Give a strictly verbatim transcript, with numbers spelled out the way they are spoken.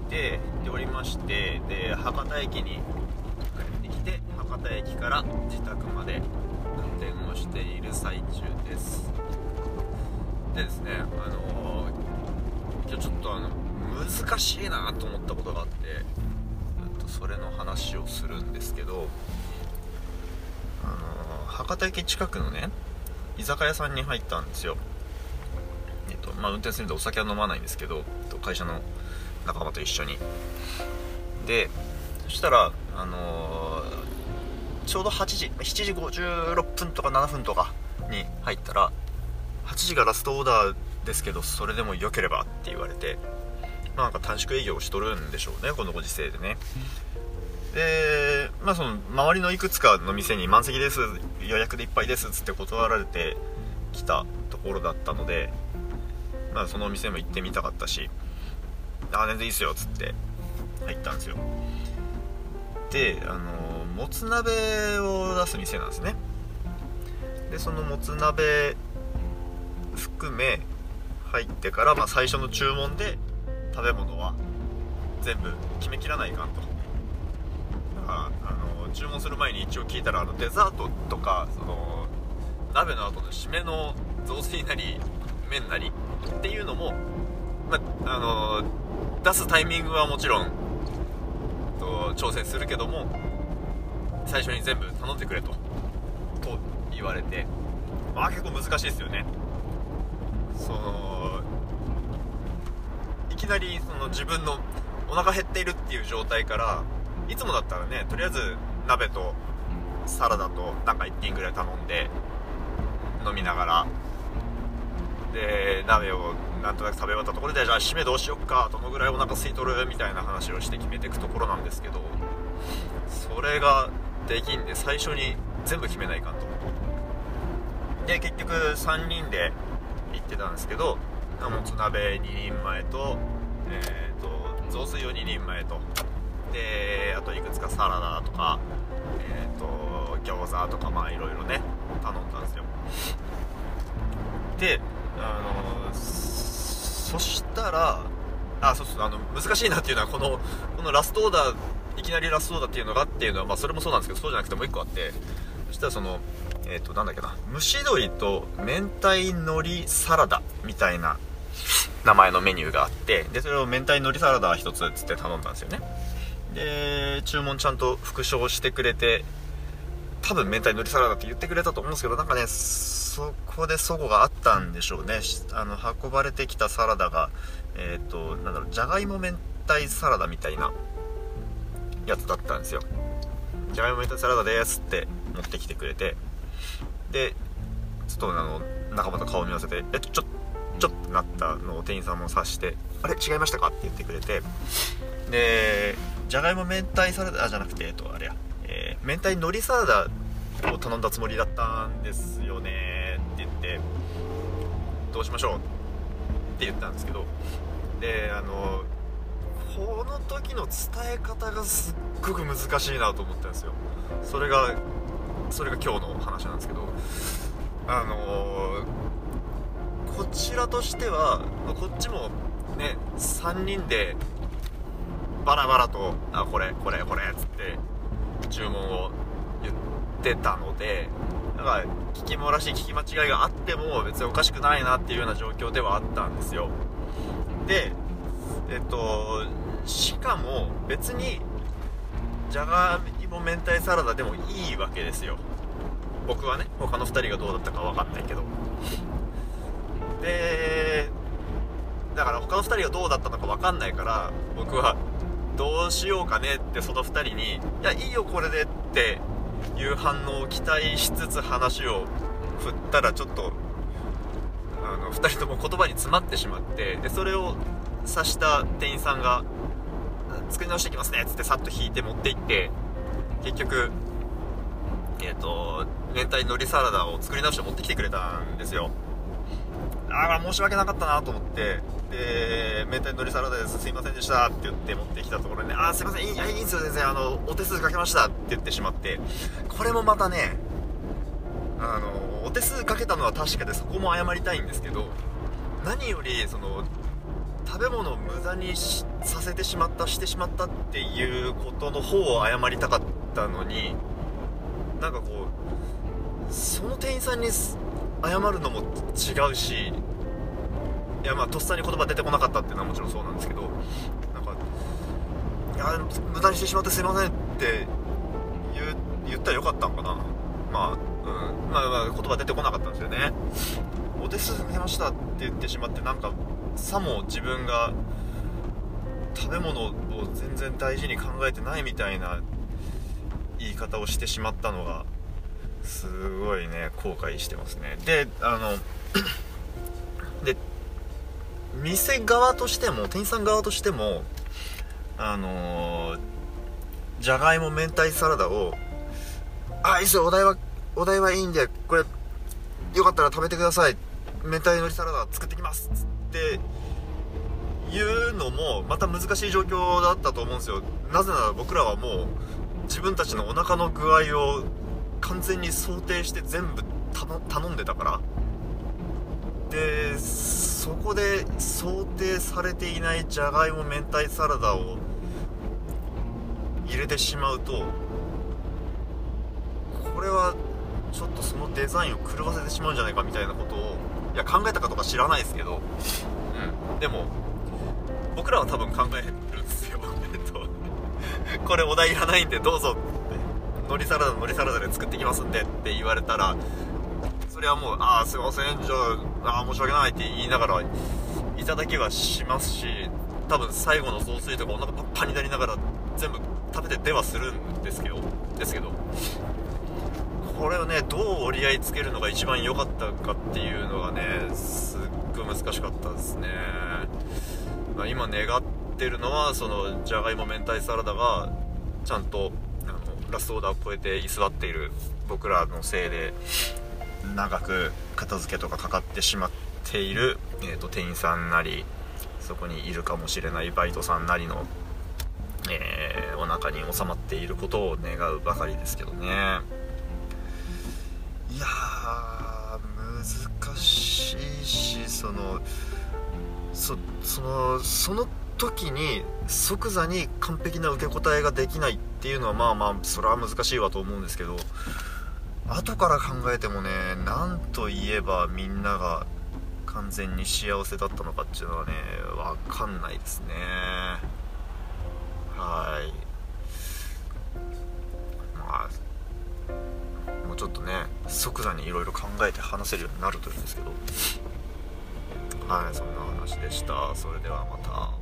て、で降りまして、で博多駅に帰ってきて、博多駅から自宅まで運転をしている最中です。でですね、あのー、今日ちょっとあの難しいなと思ったことがあって、それの話をするんですけど、あのー、博多駅近くのね居酒屋さんに入ったんですよ。えっとまあ運転するんでお酒は飲まないんですけど、会社の仲間と一緒に。でそしたら、あのー、ちょうどはちじしちじごじゅうろっぷんとかななふんとかに入ったら、はちじがラストオーダーですけどそれでも良ければって言われて、まあ、なんか短縮営業をしとるんでしょうね、このご時世でね。で、まあ、その周りのいくつかの店に満席です、予約でいっぱいですっつって断られてきたところだったので、まあ、そのお店も行ってみたかったし、あ、全然いいっすよっつって入ったんですよ。で、あのもつ鍋を出す店なんですね。でそのもつ鍋含め入ってから、まあ、最初の注文で食べ物は全部決めきらないかんと。だからあの注文する前に一応聞いたら、あのデザートとかその鍋の後の締めの雑炊なり麺なりっていうのも、まあの出すタイミングはもちろんと調整するけども、最初に全部頼んでくれとと言われて、まあ結構難しいですよね。そのいきなりその自分のお腹減っているっていう状態から、いつもだったらね、とりあえず鍋とサラダとなんかいっ品ぐらい頼んで飲みながら、で鍋をなんとなく食べ終わったところで、じゃあ締めどうしよっか、どのぐらいお腹空いとるみたいな話をして決めていくところなんですけど、それができんで最初に全部決めないかんと。で結局さんにんで行ってたんですけど、もつ鍋ににんまえと、えー、と雑炊をににんまえと、であといくつかサラダとか、えー、と餃子とか、まあいろいろね頼んだんですよ。であのー、そしたらあそうそうあの難しいなっていうのは、このこのラストオーダー、いきなりラストオーダーっていうのがっていうのは、まあそれもそうなんですけど、そうじゃなくてもういっこあって、そしたらそのえっとなんだっけな、蒸し鶏と明太海苔サラダみたいな名前のメニューがあって、でそれを明太海苔サラダひとつっつって頼んだんですよね。で注文ちゃんと復唱してくれて、多分明太海苔サラダって言ってくれたと思うんですけど、なんかねそこで齟齬があったんでしょうね。あの運ばれてきたサラダがえっとなんだろう、じゃがいも明太サラダみたいなやつだったんですよ。じゃがいも明太サラダですって持ってきてくれて、でちょっとあの仲間と顔を見合わせて、えちょちょちょっとなったのを店員さんも察して、あれ違いましたかって言ってくれて、でじゃがいも明太サラダじゃなくて、えっとあれや、えー、明太海苔サラダを頼んだつもりだったんですよねって言って、どうしましょうって言ったんですけど、であのこの時の伝え方がすっごく難しいなと思ったんですよ。それがそれが今日の話なんですけど、あのー、こちらとしてはこっちもねさんにんでバラバラとあこれこれこれっつって注文を言ってたので、だから聞き漏らし聞き間違いがあっても別におかしくないなっていうような状況ではあったんですよ。でえっとしかも別にじゃがいも明太サラダでもいいわけですよ。僕はね、他のふたりがどうだったか分かんないけど、でだから他のふたりがどうだったのか分かんないから、僕はどうしようかねってそのふたりに、いやいいよこれでっていう反応を期待しつつ話を振ったら、ちょっとあのふたりとも言葉に詰まってしまって、でそれを察した店員さんが作り直してきますねっつってさっと引いて持って行って、結局えっと明太海苔サラダを作り直して持ってきてくれたんですよ。ああ申し訳なかったなと思って、で明太海苔サラダですすいませんでしたって言って持ってきたところにね、あーすいません、いい、いいんですよ全然、あのお手数かけましたって言ってしまって、これもまたね、あのお手数かけたのは確かでそこも謝りたいんですけど、何よりその食べ物を無駄にしさせてしまったしてしまったっていうことの方を謝りたかったのに、なんかこうその店員さんに謝るのも違うし、いやまあとっさに言葉出てこなかったっていうのはもちろんそうなんですけど、なんかいや無駄にしてしまってすいませんって言う言ったらよかったんかな。まあ、うん、まあまあ言葉出てこなかったんですよね。お手数かけましたって言ってしまって、なんかさも自分が食べ物を全然大事に考えてないみたいな言い方をしてしまったのがすごいね後悔してますね。で、あので店側としても店員さん側としてもあのー、じゃがいも明太サラダをあ、いいっすよ、お題はお題はいいんでこれよかったら食べてください、明太のりサラダ作ってきますっていうのもまた難しい状況だったと思うんですよ。なぜなら僕らはもう自分たちのお腹の具合を完全に想定して全部頼んでたから。でそこで想定されていないじゃがいも明太サラダを入れてしまうと、これはちょっとそのデザインを狂わせてしまうんじゃないかみたいなことを、いや考えたかとか知らないですけど、うん、でも僕らは多分考えるんですよえっとこれお題いらないんでどうぞって、海苔サラダ海苔サラダで作ってきますんでって言われたら、それはもうああすいません、じゃああ申し訳ないって言いながらいただきはしますし、多分最後の雑炊とかお腹パッパになりながら全部食べてではするんですけどですけどこれをねどう折り合いつけるのが一番良かったかっていうのがねすっごい難しかったですね。まあ、今願ってるのはそのじゃがいも明太サラダがちゃんとあのラストオーダーを超えて居座っている僕らのせいで長く片付けとかかかってしまっている、えーと、店員さんなりそこにいるかもしれないバイトさんなりの、えー、お腹に収まっていることを願うばかりですけどね。いやー難しいし、そのそそのその時に即座に完璧な受け答えができないっていうのはまあまあそれは難しいわと思うんですけど、後から考えてもね、何と言えばみんなが完全に幸せだったのかっていうのはね分かんないですね。はい、まあもうちょっとね即座にいろいろ考えて話せるようになるといいんですけど、はい、そんな話でした。それではまた。